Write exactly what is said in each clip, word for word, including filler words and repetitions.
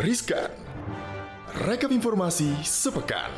Riskan. Rekap informasi sepekan.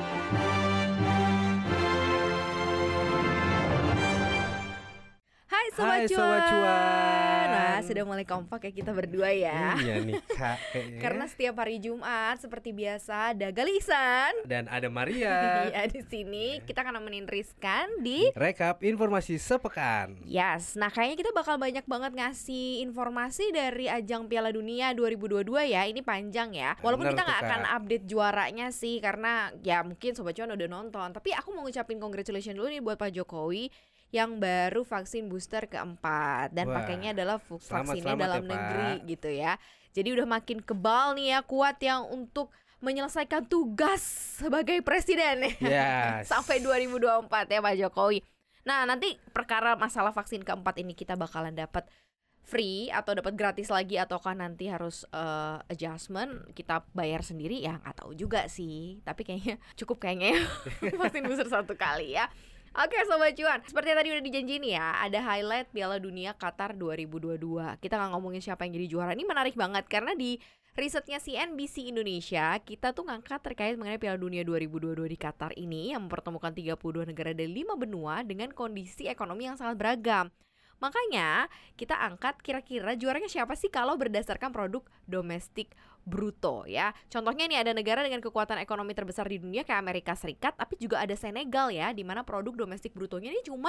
Hai Sobat Hai Cuan. Sobat Cuan. Nah, sudah mulai kompak ya kita berdua ya. Iya nih Kak kayaknya. Karena setiap hari Jumat seperti biasa ada Galisan Dan ada Maria. ya di sini kita akan nemenin Riskan di Rekap informasi sepekan. Yes, nah kayaknya kita bakal banyak banget ngasih informasi dari ajang Piala Dunia dua ribu dua puluh dua ya. Ini panjang ya. Walaupun Bener kita tuh, nggak Kak. akan update juaranya sih, karena ya mungkin Sobat Cuan udah nonton. Tapi aku mau ngucapin congratulations dulu nih buat Pak Jokowi yang baru vaksin booster keempat. Dan Wah, pakainya adalah fu- selamat- vaksinnya selamat dalam ya, negeri Pak. gitu ya. Jadi udah makin kebal nih ya, kuat yang untuk menyelesaikan tugas sebagai presiden Yes. sampai dua ribu dua puluh empat ya Pak Jokowi. Nah, nanti perkara masalah vaksin keempat ini kita bakalan dapat free atau dapat gratis lagi, ataukah nanti harus uh, adjustment kita bayar sendiri, ya nggak tahu juga sih. Tapi kayaknya cukup kayaknya ya, vaksin booster satu kali ya. Oke Sobat Cuan, seperti yang tadi udah dijanjiin ya, ada highlight Piala Dunia Qatar dua ribu dua puluh dua. Kita nggak ngomongin siapa yang jadi juara. Ini menarik banget karena di risetnya C N B C Indonesia, kita tuh ngangkat terkait mengenai Piala Dunia dua ribu dua puluh dua di Qatar ini yang mempertemukan tiga puluh dua negara dari lima benua dengan kondisi ekonomi yang sangat beragam. Makanya kita angkat kira-kira juaranya siapa sih kalau berdasarkan produk domestik bruto ya. Contohnya nih ada negara dengan kekuatan ekonomi terbesar di dunia kayak Amerika Serikat, tapi juga ada Senegal ya, di mana produk domestik brutonya ini cuman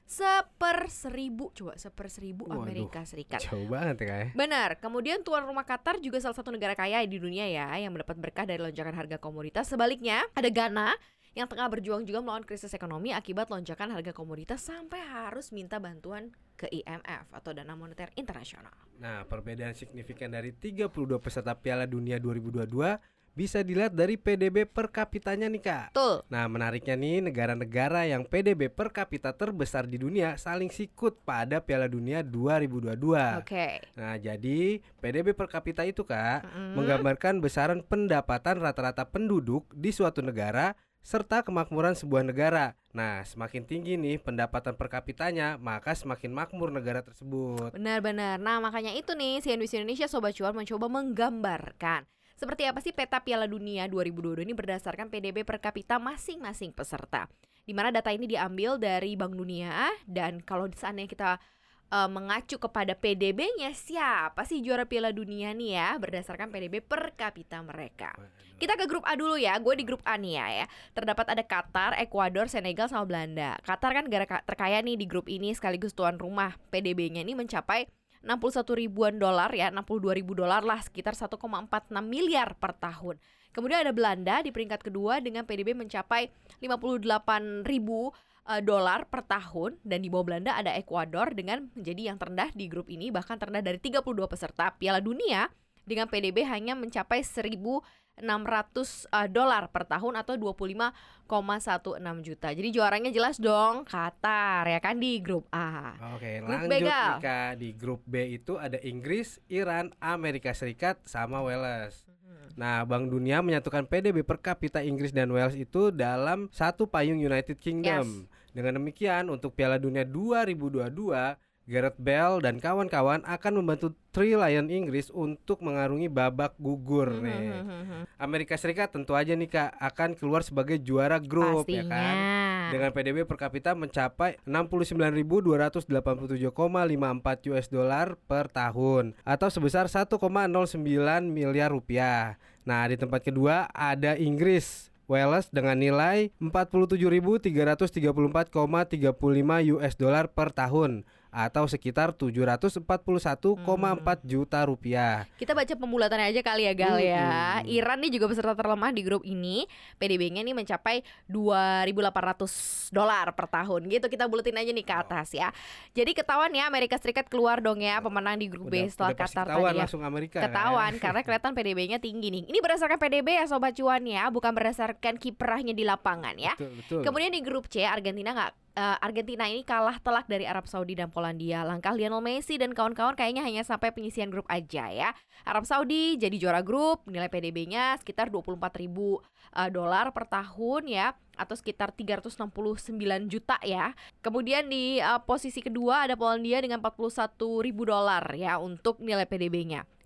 seper seribu, coba seper seribu Waduh, Amerika Serikat. Jauh banget ya Kak ya. Benar, kemudian tuan rumah Qatar juga salah satu negara kaya di dunia ya, yang mendapat berkah dari lonjakan harga komoditas. Sebaliknya ada Ghana yang tengah berjuang juga melawan krisis ekonomi akibat lonjakan harga komoditas sampai harus minta bantuan ke I M F atau Dana Moneter Internasional. Nah, perbedaan signifikan dari tiga puluh dua peserta Piala Dunia dua ribu dua puluh dua bisa dilihat dari P D B per kapitanya nih Kak. Betul. Nah, menariknya nih, negara-negara yang P D B per kapita terbesar di dunia saling sikut pada Piala Dunia dua ribu dua puluh dua. Oke. Nah, jadi P D B per kapita itu Kak Mm-mm. menggambarkan besaran pendapatan rata-rata penduduk di suatu negara serta kemakmuran sebuah negara. Nah, semakin tinggi nih pendapatan per kapitanya, maka semakin makmur negara tersebut. Benar-benar. Nah, makanya itu nih C N B C Indonesia Sobat Cuan mencoba menggambarkan seperti apa sih peta Piala Dunia dua ribu dua puluh dua ini berdasarkan P D B per kapita masing-masing peserta. Di mana data ini diambil dari Bank Dunia, dan kalau seandainya kita uh, mengacu kepada P D B-nya, siapa sih juara Piala Dunia nih ya berdasarkan P D B per kapita mereka. Kita ke grup A dulu ya, gue di grup A nih ya, ya. Terdapat ada Qatar, Ekuador, Senegal, sama Belanda. Qatar kan negara ka- terkaya nih di grup ini sekaligus tuan rumah. P D B-nya ini mencapai enam puluh satu ribuan dolar ya, enam puluh dua ribu dolar lah, sekitar satu koma empat enam miliar per tahun. Kemudian ada Belanda di peringkat kedua dengan P D B mencapai lima puluh delapan ribu uh, dolar per tahun. Dan di bawah Belanda ada Ekuador dengan menjadi yang terendah di grup ini, bahkan terendah dari tiga puluh dua peserta Piala Dunia dengan P D B hanya mencapai seribu enam ratus uh, dolar per tahun atau dua puluh lima koma enam belas juta. Jadi juaranya jelas dong Qatar ya kan di grup A. Oke, Grup B, lanjut Gal. nih Kak. Di grup B itu ada Inggris, Iran, Amerika Serikat, sama Wales. Nah, Bank Dunia menyatukan P D B per kapita Inggris dan Wales itu dalam satu payung United Kingdom. Dengan demikian, untuk Piala Dunia dua ribu dua puluh dua, Gareth Bale dan kawan-kawan akan membantu Three Lion Inggris untuk mengarungi babak gugur nih. Amerika Serikat tentu aja nih Kak akan keluar sebagai juara grup ya Pastinya. kan. Dengan P D B per kapita mencapai enam puluh sembilan ribu dua ratus delapan puluh tujuh koma lima empat U S dollar per tahun atau sebesar satu koma nol sembilan miliar rupiah. Nah, di tempat kedua ada Inggris, Wales dengan nilai empat puluh tujuh ribu tiga ratus tiga puluh empat koma tiga puluh lima U S dollar per tahun atau sekitar tujuh ratus empat puluh satu koma empat juta rupiah. Kita baca pembulatannya aja kali ya Gal ya. Hmm. Iran nih juga peserta terlemah di grup ini. P D B-nya nih mencapai dua ribu delapan ratus dolar per tahun gitu. Kita bulatin aja nih ke atas ya. Jadi ketahuan ya Amerika Serikat keluar dong ya pemenang di grup B Udah- setelah udah pasti Qatar ketahuan tadi ya. langsung Amerika Ketahuan kan? karena kelihatan P D B-nya tinggi nih. Ini berdasarkan P D B ya Sobat Cuan ya, bukan berdasarkan kiprahnya di lapangan ya. Betul, betul. Kemudian di grup C Argentina nggak eh, Argentina ini kalah telak dari Arab Saudi dan Polandia. Langkah Lionel Messi dan kawan-kawan kayaknya hanya sampai penyisihan grup aja ya. Arab Saudi jadi juara grup, nilai P D B-nya sekitar dua puluh empat ribu uh, dolar per tahun ya, atau sekitar tiga ratus enam puluh sembilan juta ya. Kemudian di uh, posisi kedua ada Polandia dengan empat puluh satu ribu dolar ya untuk nilai P D B-nya.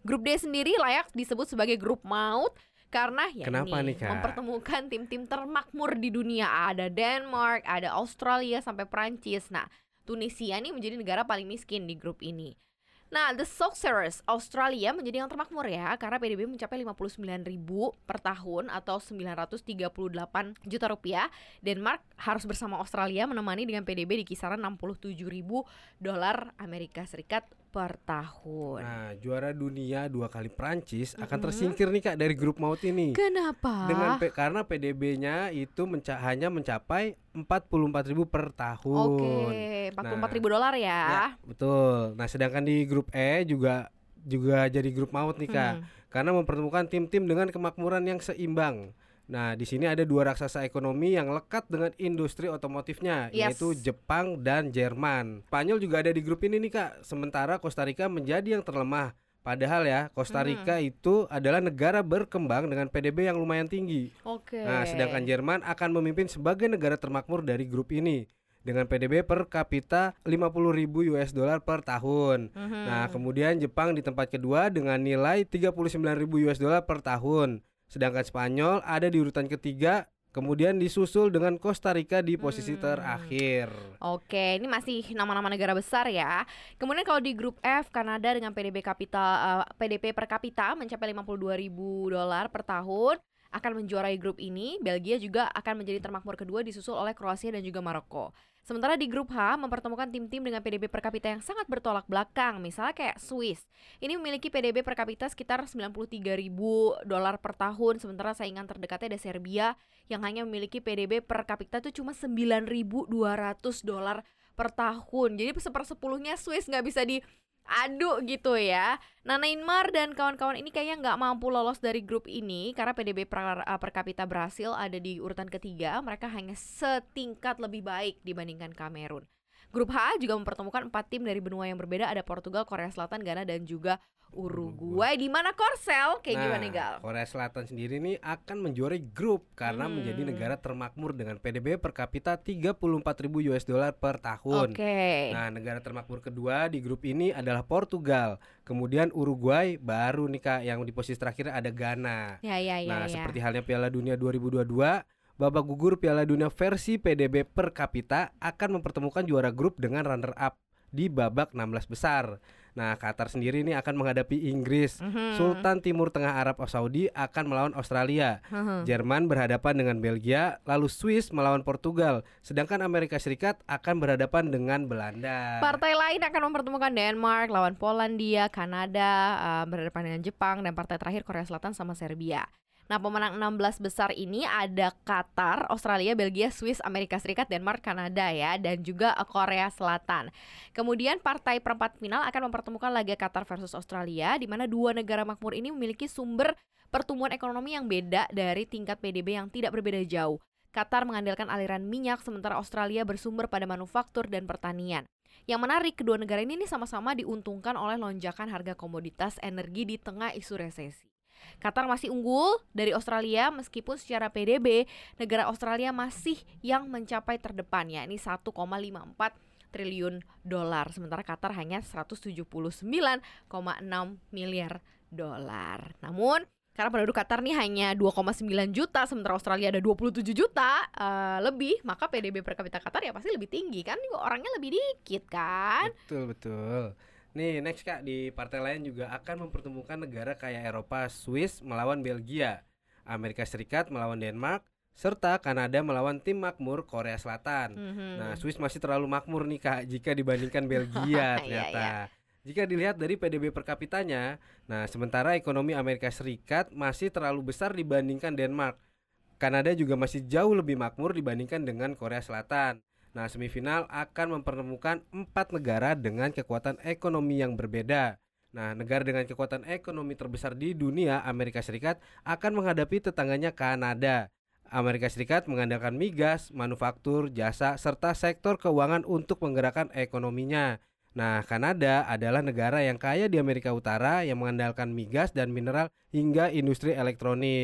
Grup D sendiri layak disebut sebagai grup maut karena ya Kenapa ini nih, Kak? mempertemukan tim-tim termakmur di dunia. Ada Denmark, ada Australia sampai Prancis. Nah, Tunisia nih menjadi negara paling miskin di grup ini. Nah, The Sorcerers Australia menjadi yang termakmur ya, karena P D B mencapai lima puluh sembilan ribu per tahun atau sembilan ratus tiga puluh delapan juta rupiah. Denmark harus bersama Australia menemani dengan P D B di kisaran enam puluh tujuh ribu dolar Amerika Serikat per tahun. Nah, juara dunia dua kali Prancis akan Mm-mm. tersingkir nih Kak dari grup maut ini. Kenapa? Dengan P- karena P D B-nya itu menca- hanya mencapai empat puluh empat ribu per tahun. Oke, empat puluh empat Nah, ribu dolar ya. Ya, betul. Nah, sedangkan di grup E juga juga jadi grup maut nih Kak. Hmm. Karena mempertemukan tim-tim dengan kemakmuran yang seimbang. Nah, di sini ada dua raksasa ekonomi yang lekat dengan industri otomotifnya, Yes. yaitu Jepang dan Jerman. Spanyol juga ada di grup ini nih Kak. Sementara Costa Rica menjadi yang terlemah. Padahal ya, Costa Rica itu adalah negara berkembang dengan P D B yang lumayan tinggi. Oke. Nah, sedangkan Jerman akan memimpin sebagai negara termakmur dari grup ini dengan P D B per kapita lima puluh ribu U S dollar per tahun. Mhm. Nah, kemudian Jepang di tempat kedua dengan nilai tiga puluh sembilan ribu U S dollar per tahun. Sedangkan Spanyol ada di urutan ketiga, kemudian disusul dengan Costa Rica di posisi Hmm. terakhir. Oke, ini masih nama-nama negara besar ya. Kemudian kalau di grup F, Kanada dengan P D B kapita eh, P D P per kapita mencapai lima puluh dua ribu dolar per tahun akan menjuarai grup ini. Belgia juga akan menjadi termakmur kedua disusul oleh Kroasia dan juga Maroko. Sementara di grup H mempertemukan tim-tim dengan P D B per kapita yang sangat bertolak belakang. Misalnya kayak Swiss. Ini memiliki P D B per kapita sekitar sembilan puluh tiga ribu dolar per tahun. Sementara saingan terdekatnya ada Serbia yang hanya memiliki P D B per kapita itu cuma sembilan ribu dua ratus dolar per tahun. Jadi sepersepuluhnya Swiss nggak bisa diadu gitu ya. Nah, Neymar dan kawan-kawan ini kayaknya nggak mampu lolos dari grup ini karena P D B per, per kapita Brasil ada di urutan ketiga. Mereka hanya setingkat lebih baik dibandingkan Kamerun. Grup H juga mempertemukan empat tim dari benua yang berbeda. Ada Portugal, Korea Selatan, Ghana, dan juga Uruguay. Di mana Korsel? Kayak Nah, gimana Gal? Korea Selatan sendiri nih akan menjuarai grup karena Hmm. menjadi negara termakmur dengan P D B per kapita tiga puluh empat ribu U S dollar per tahun. Oke. Nah, negara termakmur kedua di grup ini adalah Portugal. Kemudian Uruguay, baru nih Kak yang di posisi terakhir ada Ghana. Ya ya ya Nah, ya. seperti halnya Piala Dunia dua ribu dua puluh dua, babak gugur Piala Dunia versi P D B per kapita akan mempertemukan juara grup dengan runner up di babak enam belas besar. Nah, Qatar sendiri ini akan menghadapi Inggris. Mhm. Sultan Timur Tengah Arab Saudi akan melawan Australia. Mhm. Jerman berhadapan dengan Belgia, lalu Swiss melawan Portugal. Sedangkan Amerika Serikat akan berhadapan dengan Belanda. Partai lain akan mempertemukan Denmark lawan Polandia, Kanada uh, berhadapan dengan Jepang, dan partai terakhir Korea Selatan sama Serbia. Nah, pemenang enam belas besar ini ada Qatar, Australia, Belgia, Swiss, Amerika Serikat, Denmark, Kanada ya, dan juga uh, Korea Selatan. Kemudian partai perempat final akan mempertemukan laga Qatar versus Australia, di mana dua negara makmur ini memiliki sumber pertumbuhan ekonomi yang beda dari tingkat P D B yang tidak berbeda jauh. Qatar mengandalkan aliran minyak, sementara Australia bersumber pada manufaktur dan pertanian. Yang menarik, kedua negara ini nih sama-sama diuntungkan oleh lonjakan harga komoditas energi di tengah isu resesi. Qatar masih unggul dari Australia meskipun secara P D B negara Australia masih yang mencapai terdepan, yakni satu koma lima empat triliun dolar, sementara Qatar hanya seratus tujuh puluh sembilan koma enam miliar dolar. Namun karena penduduk Qatar nih hanya dua koma sembilan juta, sementara Australia ada dua puluh tujuh juta uh, lebih, maka P D B per kapita Qatar ya pasti lebih tinggi kan, orangnya lebih dikit kan. Betul, betul. Nih, next Kak, di partai lain juga akan mempertemukan negara kayak Eropa, Swiss melawan Belgia, Amerika Serikat melawan Denmark, serta Kanada melawan tim makmur Korea Selatan. Mhm. Nah, Swiss masih terlalu makmur nih Kak jika dibandingkan Belgia ternyata. Iya, Jika dilihat dari P D B per kapitanya, nah sementara ekonomi Amerika Serikat masih terlalu besar dibandingkan Denmark. Kanada juga masih jauh lebih makmur dibandingkan dengan Korea Selatan. Nah, semifinal akan mempertemukan empat negara dengan kekuatan ekonomi yang berbeda. Nah, negara dengan kekuatan ekonomi terbesar di dunia, Amerika Serikat, akan menghadapi tetangganya Kanada. Amerika Serikat mengandalkan migas, manufaktur, jasa, serta sektor keuangan untuk menggerakkan ekonominya. Nah, Kanada adalah negara yang kaya di Amerika Utara yang mengandalkan migas dan mineral hingga industri elektronik.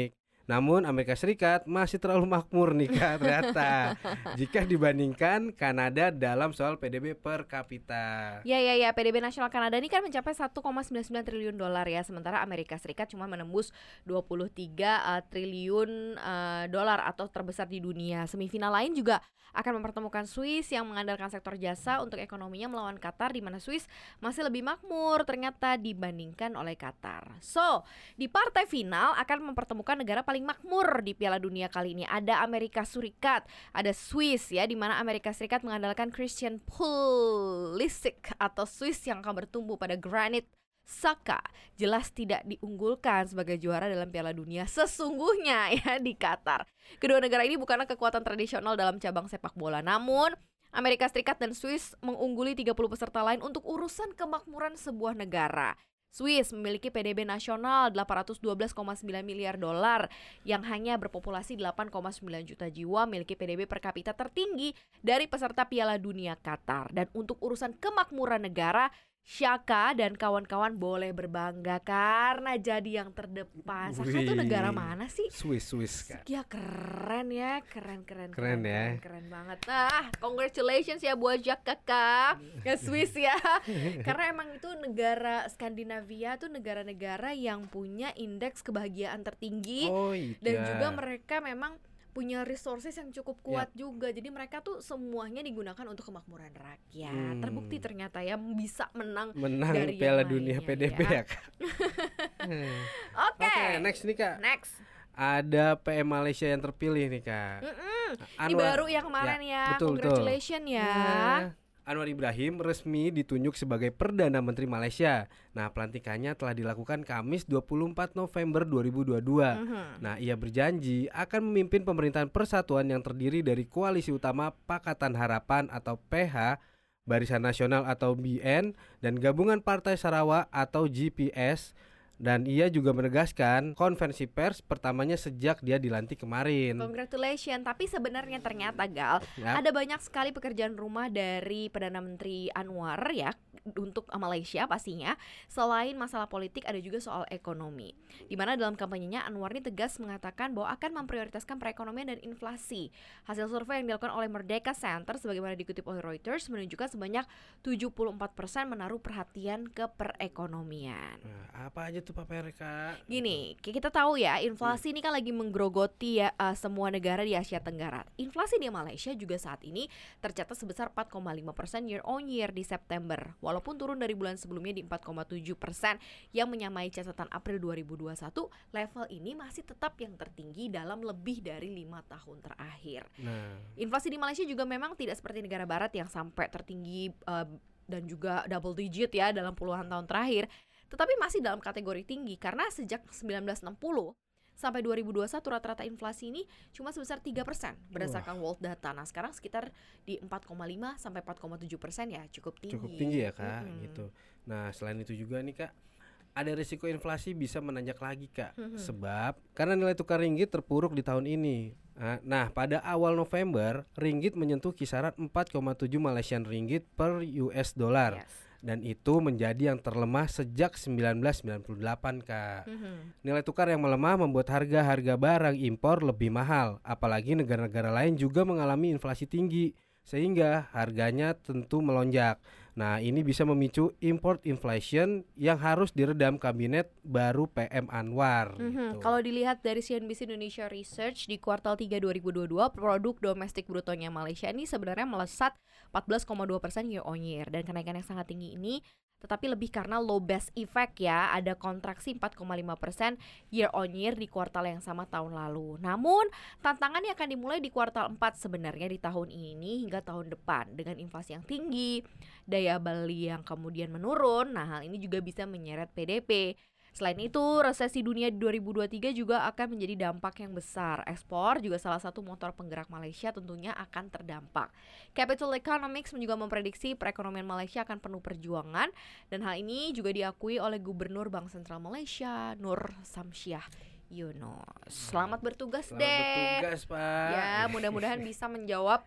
Namun Amerika Serikat masih terlalu makmur nih Kak ternyata jika dibandingkan Kanada dalam soal P D B per kapita. Ya ya ya, P D B nasional Kanada ini kan mencapai satu koma sembilan sembilan triliun dolar ya, sementara Amerika Serikat cuma menembus dua puluh tiga uh, triliun uh, dolar atau terbesar di dunia. Semifinal lain juga akan mempertemukan Swiss yang mengandalkan sektor jasa untuk ekonominya melawan Qatar, di mana Swiss masih lebih makmur ternyata dibandingkan oleh Qatar. So, di partai final akan mempertemukan negara paling makmur di Piala Dunia kali ini. Ada Amerika Serikat, ada Swiss ya, di mana Amerika Serikat mengandalkan Christian Pulisic atau Swiss yang akan bertumbuh pada Granit Xhaka jelas tidak diunggulkan sebagai juara dalam Piala Dunia sesungguhnya ya di Qatar. Kedua negara ini bukanlah kekuatan tradisional dalam cabang sepak bola, namun Amerika Serikat dan Swiss mengungguli tiga puluh peserta lain untuk urusan kemakmuran sebuah negara. Swiss memiliki P D B nasional delapan ratus dua belas koma sembilan miliar dolar yang hanya berpopulasi delapan koma sembilan juta jiwa, memiliki P D B per kapita tertinggi dari peserta Piala Dunia Qatar. Dan untuk urusan kemakmuran negara, Xhaka dan kawan-kawan boleh berbangga karena jadi yang terdepan. Xhaka itu negara mana sih? Swiss, Swiss Kak. Ya keren ya, keren keren Keren ya. keren, keren banget. Nah, congratulations ya buat Xhaka kakak, ya Swiss ya. Karena emang itu negara Skandinavia tuh negara-negara yang punya indeks kebahagiaan tertinggi. Oh iya. Dan juga mereka memang punya resources yang cukup kuat yep. juga. Jadi mereka tuh semuanya digunakan untuk kemakmuran rakyat. Hmm. Terbukti ternyata ya bisa menang, menang dari Piala Dunia P D B ya, ya Kak. Oke. Oke, okay, next nih Kak. Next. Ada P M Malaysia yang terpilih nih Kak. Ini baru yang kemarin ya. ya. Betul, Congratulations betul. ya. Hmm. Anwar Ibrahim resmi ditunjuk sebagai Perdana Menteri Malaysia. Nah, pelantikannya telah dilakukan Kamis dua puluh empat November dua ribu dua puluh dua. Uh-huh. Nah, ia berjanji akan memimpin pemerintahan persatuan yang terdiri dari Koalisi Utama Pakatan Harapan atau P H, Barisan Nasional atau B N, dan Gabungan Partai Sarawak atau G P S. Dan ia juga menegaskan konferensi pers pertamanya sejak dia dilantik kemarin. Congratulations. Tapi sebenarnya ternyata Gal, yep. ada banyak sekali pekerjaan rumah dari Perdana Menteri Anwar ya untuk Malaysia pastinya. Selain masalah politik, ada juga soal ekonomi. Di mana dalam kampanyenya Anwar ini tegas mengatakan bahwa akan memprioritaskan perekonomian dan inflasi. Hasil survei yang dilakukan oleh Merdeka Center sebagaimana dikutip oleh Reuters menunjukkan sebanyak tujuh puluh empat persen menaruh perhatian ke perekonomian. Nah, apa aja tuh Pak Perka? Gini, kita tahu ya, inflasi hmm. ini kan lagi menggerogoti ya uh, semua negara di Asia Tenggara. Inflasi di Malaysia juga saat ini tercatat sebesar empat koma lima persen year on year di September, walaupun turun dari bulan sebelumnya di empat koma tujuh persen yang menyamai catatan April dua ribu dua puluh satu. Level ini masih tetap yang tertinggi dalam lebih dari lima tahun terakhir. Nah. Inflasi di Malaysia juga memang tidak seperti negara barat yang sampai tertinggi uh, dan juga double digit ya dalam puluhan tahun terakhir. Tetapi masih dalam kategori tinggi karena sejak sembilan belas enam puluh sampai dua ribu dua puluh satu rata-rata inflasi ini cuma sebesar tiga persen berdasarkan World Data. Nah, sekarang sekitar di empat koma lima sampai empat koma tujuh persen ya, cukup tinggi. Cukup tinggi ya, Kak, mm-hmm. gitu. Nah, selain itu juga nih, Kak, ada risiko inflasi bisa menanjak lagi, Kak. Mm-hmm. Sebab karena nilai tukar ringgit terpuruk di tahun ini. Nah, pada awal November, ringgit menyentuh kisaran empat koma tujuh Malaysian ringgit per U S dollar. Yes. Dan itu menjadi yang terlemah sejak seribu sembilan ratus sembilan puluh delapan, Kak. Mm-hmm. Nilai tukar yang melemah membuat harga-harga barang impor lebih mahal. Apalagi negara-negara lain juga mengalami inflasi tinggi, sehingga harganya tentu melonjak. Nah, ini bisa memicu import inflation yang harus diredam kabinet baru P M Anwar. Mm-hmm. Gitu. Kalau dilihat dari C N B C Indonesia Research di kuartal tiga dua ribu dua puluh dua, produk domestik brutonya Malaysia ini sebenarnya melesat empat belas koma dua persen year on year. Dan kenaikan yang sangat tinggi ini tetapi lebih karena low base effect ya, ada kontraksi empat koma lima persen year on year di kuartal yang sama tahun lalu. Namun tantangannya akan dimulai di kuartal empat sebenarnya di tahun ini hingga tahun depan dengan inflasi yang tinggi, daya beli yang kemudian menurun. Nah, hal ini juga bisa menyeret P D P. Selain itu, resesi dunia di dua ribu dua puluh tiga juga akan menjadi dampak yang besar. Ekspor juga salah satu motor penggerak Malaysia tentunya akan terdampak. Capital Economics juga memprediksi perekonomian Malaysia akan penuh perjuangan, dan hal ini juga diakui oleh Gubernur Bank Sentral Malaysia, Nur Samsyah Yunus. Selamat bertugas, Selamat Dek. bertugas, Pak. Ya, mudah-mudahan bisa menjawab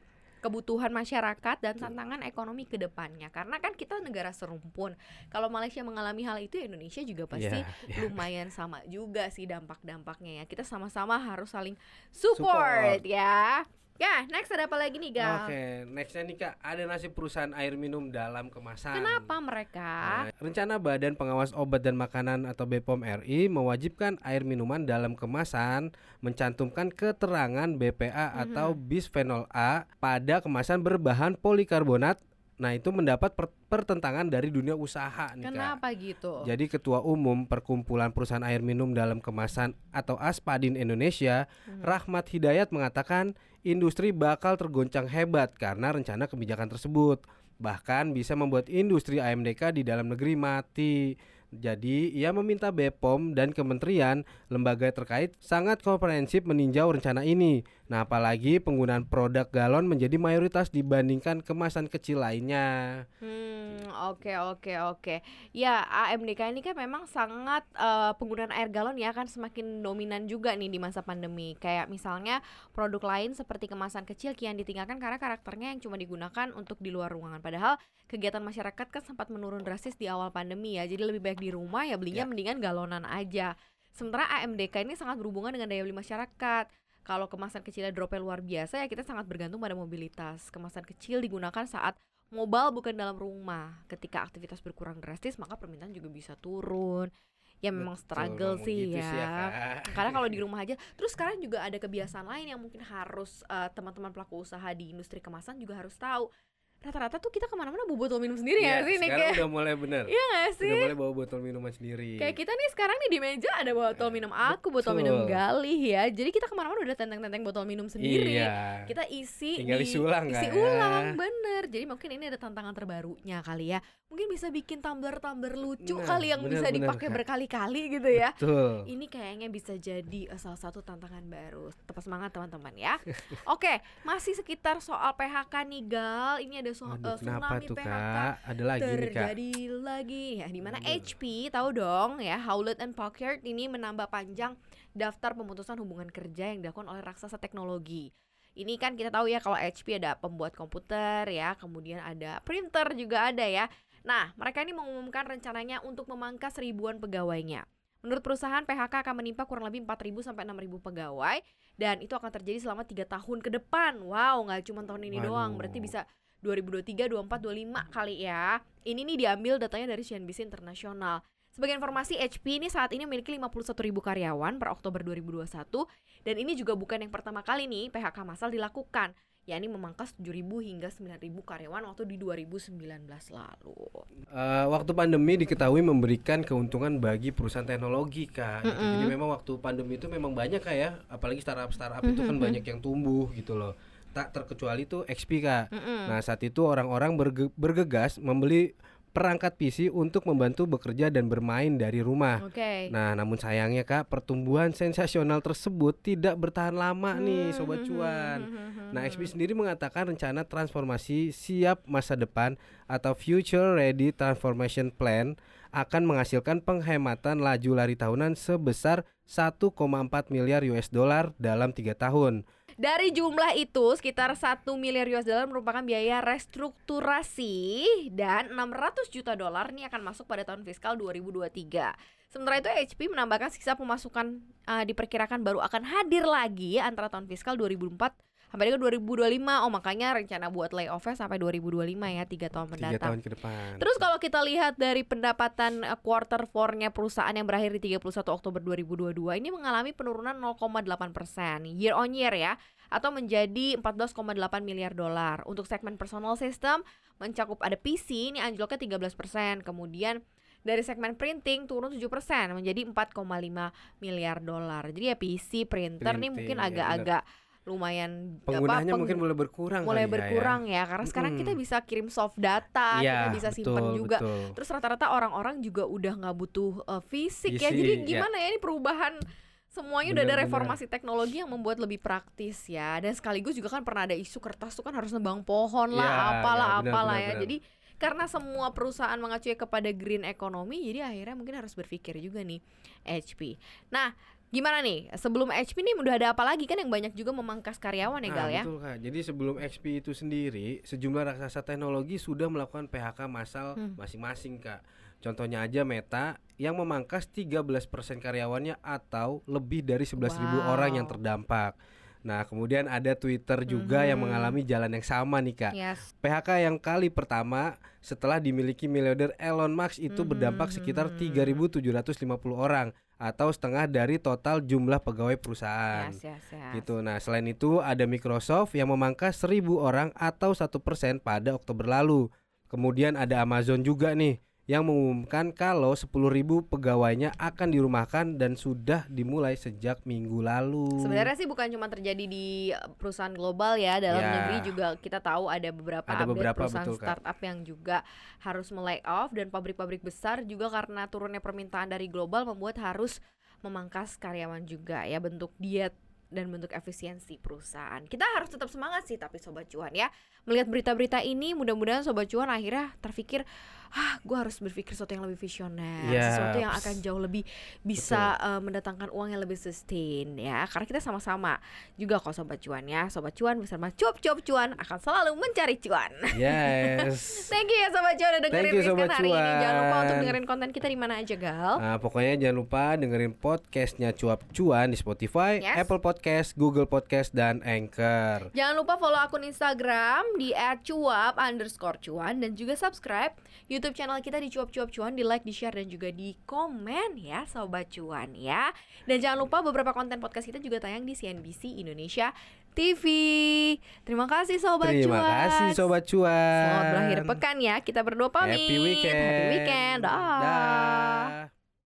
kebutuhan masyarakat dan tantangan ekonomi ke depannya. Karena kan kita negara serumpun. Kalau Malaysia mengalami hal itu, Indonesia juga pasti Yeah, yeah. lumayan sama juga sih dampak-dampaknya ya. Kita sama-sama harus saling support, Support. ya. Ya, next ada apa lagi nih, Gal? Oke, nextnya nih Kak, ada nasib perusahaan air minum dalam kemasan. Kenapa mereka? Nah, rencana Badan Pengawas Obat dan Makanan atau B P O M R I mewajibkan air minuman dalam kemasan mencantumkan keterangan B P A atau bisphenol A pada kemasan berbahan polikarbonat. Nah, itu mendapat per- pertentangan dari dunia usaha nih Kak. Kenapa gitu? Jadi Ketua Umum Perkumpulan Perusahaan Air Minum dalam Kemasan atau Aspadin Indonesia, Hmm. Rahmat Hidayat mengatakan industri bakal tergoncang hebat karena rencana kebijakan tersebut. Bahkan bisa membuat industri A M D K di dalam negeri mati. Jadi ia meminta B P O M dan kementerian lembaga terkait sangat komprehensif meninjau rencana ini. Nah, apalagi penggunaan produk galon menjadi mayoritas dibandingkan kemasan kecil lainnya. Hmm, oke oke oke. Ya, A M D K ini kan memang sangat eh, penggunaan air galon ya kan semakin dominan juga nih di masa pandemi. Kayak misalnya produk lain seperti kemasan kecil kian ditinggalkan karena karakternya yang cuma digunakan untuk di luar ruangan. Padahal kegiatan masyarakat kan sempat menurun drastis di awal pandemi ya. Jadi lebih baik di rumah ya belinya Ya. mendingan galonan aja. Sementara A M D K ini sangat berhubungan dengan daya beli masyarakat. Kalau kemasan kecilnya dropnya luar biasa ya kita sangat bergantung pada mobilitas. Kemasan kecil digunakan saat mobile bukan dalam rumah. Ketika aktivitas berkurang drastis maka permintaan juga bisa turun. Ya memang Betul, struggle ngomong sih gitu ya. sih ya, Kak. Karena kalau di rumah aja. Terus sekarang juga ada kebiasaan lain yang mungkin harus eh, teman-teman pelaku usaha di industri kemasan juga harus tahu. Rata-rata tuh kita kemana-mana bawa botol minum sendiri Iya, ya sih nih sekarang kayak. udah mulai bener. Iya gak sih? Udah mulai bawa botol minuman sendiri. Kayak kita nih sekarang nih di meja ada botol minum aku, botol Betul. minum Galih ya. Jadi kita kemana-mana udah tenteng-tenteng botol minum sendiri. Iya. Kita isi Tinggal di isi ulang, isi Kak, ya. ulang, bener. Jadi mungkin ini ada tantangan terbarunya kali ya. Mungkin bisa bikin tumbler-tumbler lucu Nah, kali yang bisa bener-bener, dipakai Kak. berkali-kali gitu ya. Betul. Ini kayaknya bisa jadi uh, salah satu tantangan baru. Tetap semangat teman-teman ya. Oke, masih sekitar soal P H K nih Gal. Ini ada so- Aduh, uh, kenapa tsunami tuh P H K Kak? Ada lagi nih Kak. terjadi lagi ya, di mana Bener. H P tahu dong ya, Hewlett and Packard ini menambah panjang daftar pemutusan hubungan kerja yang dilakukan oleh raksasa teknologi. Ini kan kita tahu ya kalau H P ada pembuat komputer ya, kemudian ada printer juga ada ya. Nah, mereka ini mengumumkan rencananya untuk memangkas ribuan pegawainya. Menurut perusahaan, P H K akan menimpa kurang lebih empat ribu sampai enam ribu pegawai dan itu akan terjadi selama tiga tahun ke depan. Wow, nggak cuma tahun ini Waduh. doang, berarti bisa dua ribu dua puluh tiga, dua puluh empat, dua puluh lima kali ya. Ini nih diambil datanya dari C N B C Internasional. Sebagai informasi, H P ini saat ini memiliki lima puluh satu ribu karyawan per Oktober dua ribu dua puluh satu dan ini juga bukan yang pertama kali nih P H K massal dilakukan, yakni memangkas tujuh ribu hingga sembilan ribu karyawan waktu di dua ribu sembilan belas lalu. Eh, waktu pandemi diketahui memberikan keuntungan bagi perusahaan teknologi Kak. Gitu. Jadi memang waktu pandemi itu memang banyak Kak ya, apalagi startup-startup itu kan banyak yang tumbuh gitu loh. Tak terkecuali tuh X P Kak. Nah, saat itu orang-orang berge- bergegas membeli perangkat P C untuk membantu bekerja dan bermain dari rumah. Oke. Nah, namun sayangnya Kak, pertumbuhan sensasional tersebut tidak bertahan lama nih Sobat Cuan. Nah, X P sendiri mengatakan rencana transformasi siap masa depan atau Future Ready Transformation Plan akan menghasilkan penghematan laju lari tahunan sebesar satu koma empat miliar U S dollar dalam tiga tahun. Dari jumlah itu sekitar satu miliar U S dollar merupakan biaya restrukturasi dan enam ratus juta dolar ini akan masuk pada tahun fiskal dua ribu dua puluh tiga. Sementara itu H P menambahkan sisa pemasukan uh, diperkirakan baru akan hadir lagi antara tahun fiskal dua ribu empat sampai dengan dua ribu dua puluh lima. Oh, makanya rencana buat layoff-nya sampai dua ribu dua puluh lima ya, tiga tahun Tiga mendatang. tahun ke depan. Terus kalau kita lihat dari pendapatan uh, quarter four-nya perusahaan yang berakhir di tiga puluh satu Oktober dua ribu dua puluh dua ini mengalami penurunan nol koma delapan persen year on year ya, atau menjadi empat belas koma delapan miliar dolar. Untuk segmen personal system mencakup ada P C ini anjloknya tiga belas persen. Kemudian dari segmen printing turun tujuh persen menjadi empat koma lima miliar dolar. Jadi ya P C, printer nih Printing, mungkin ya agak-agak lumayan penggunanya apa, peng- mungkin mulai berkurang mulai kali ya, berkurang ya. ya, karena sekarang Mm-mm. kita bisa kirim soft data, Iya, kita bisa betul, simpan juga. betul. Terus rata-rata orang-orang juga udah nggak butuh uh, fisik ya. Fisik, Jadi ya. gimana ya ini perubahan semuanya udah ada Bener-bener. reformasi teknologi yang membuat lebih praktis ya. Dan sekaligus juga kan pernah ada isu kertas tuh kan harus nebang pohon lah, Ya, apalah ya, benar, apalah benar, ya. benar. Jadi karena semua perusahaan mengacu kepada green economy, jadi akhirnya mungkin harus berpikir juga nih H P. Nah, Gimana nih? Sebelum H P nih udah ada apa lagi kan yang banyak juga memangkas karyawan ya Nah, Gal ya? betul Kak. Jadi sebelum H P itu sendiri, sejumlah raksasa teknologi sudah melakukan P H K massal Hmm. masing-masing Kak. Contohnya aja Meta yang memangkas tiga belas persen karyawannya atau lebih dari sebelas ribu Wow. orang yang terdampak. Nah, kemudian ada Twitter juga yang Mhm. mengalami jalan yang sama nih Kak. Yes. P H K yang kali pertama setelah dimiliki miliarder Elon Musk itu berdampak sekitar Mhm. tiga ribu tujuh ratus lima puluh orang atau setengah dari total jumlah pegawai perusahaan. Yes, yes, yes. Gitu. Nah, selain itu ada Microsoft yang memangkas seribu orang atau satu persen pada Oktober lalu. Kemudian ada Amazon juga nih yang mengumumkan kalau sepuluh ribu pegawainya akan dirumahkan dan sudah dimulai sejak minggu lalu. Sebenarnya sih bukan cuma terjadi di perusahaan global ya, dalam Ya. negeri juga kita tahu ada beberapa Ada update beberapa, perusahaan betul, Kak. startup yang juga harus melay off, dan pabrik-pabrik besar juga karena turunnya permintaan dari global membuat harus memangkas karyawan juga ya, bentuk diet dan bentuk efisiensi perusahaan. Kita harus tetap semangat sih tapi Sobat Cuan ya. Melihat berita-berita ini mudah-mudahan Sobat Cuan akhirnya terpikir, ah gue harus berpikir sesuatu yang lebih visioner, Yes. sesuatu yang akan jauh lebih bisa uh, mendatangkan uang yang lebih sustain ya. Karena kita sama-sama juga kok Sobat Cuan ya. Sobat Cuan bersama Cuap-Cuap Cuan akan selalu mencari cuan. Yes. Thank you ya Sobat Cuan udah dengerin Thank you, Riskan Sobat hari ini. Jangan lupa untuk Cuan. dengerin konten kita di mana aja Gal. Nah, pokoknya jangan lupa dengerin podcastnya Cuap Cuan di Spotify, Yes. Apple Podcast, Google Podcast, dan Anchor. Jangan lupa follow akun Instagram di et cuap underscore cuan dan juga subscribe YouTube channel kita di Cuap Cuap Cuan, di like, di share dan juga di komen ya Sobat Cuan ya. Dan jangan lupa beberapa konten podcast kita juga tayang di C N B C Indonesia T V. Terima kasih Sobat Terima Cuan. kasih Sobat Cuan. Selamat berakhir pekan ya. Kita berdua pamit. Happy weekend. Happy weekend. Dah. Dah.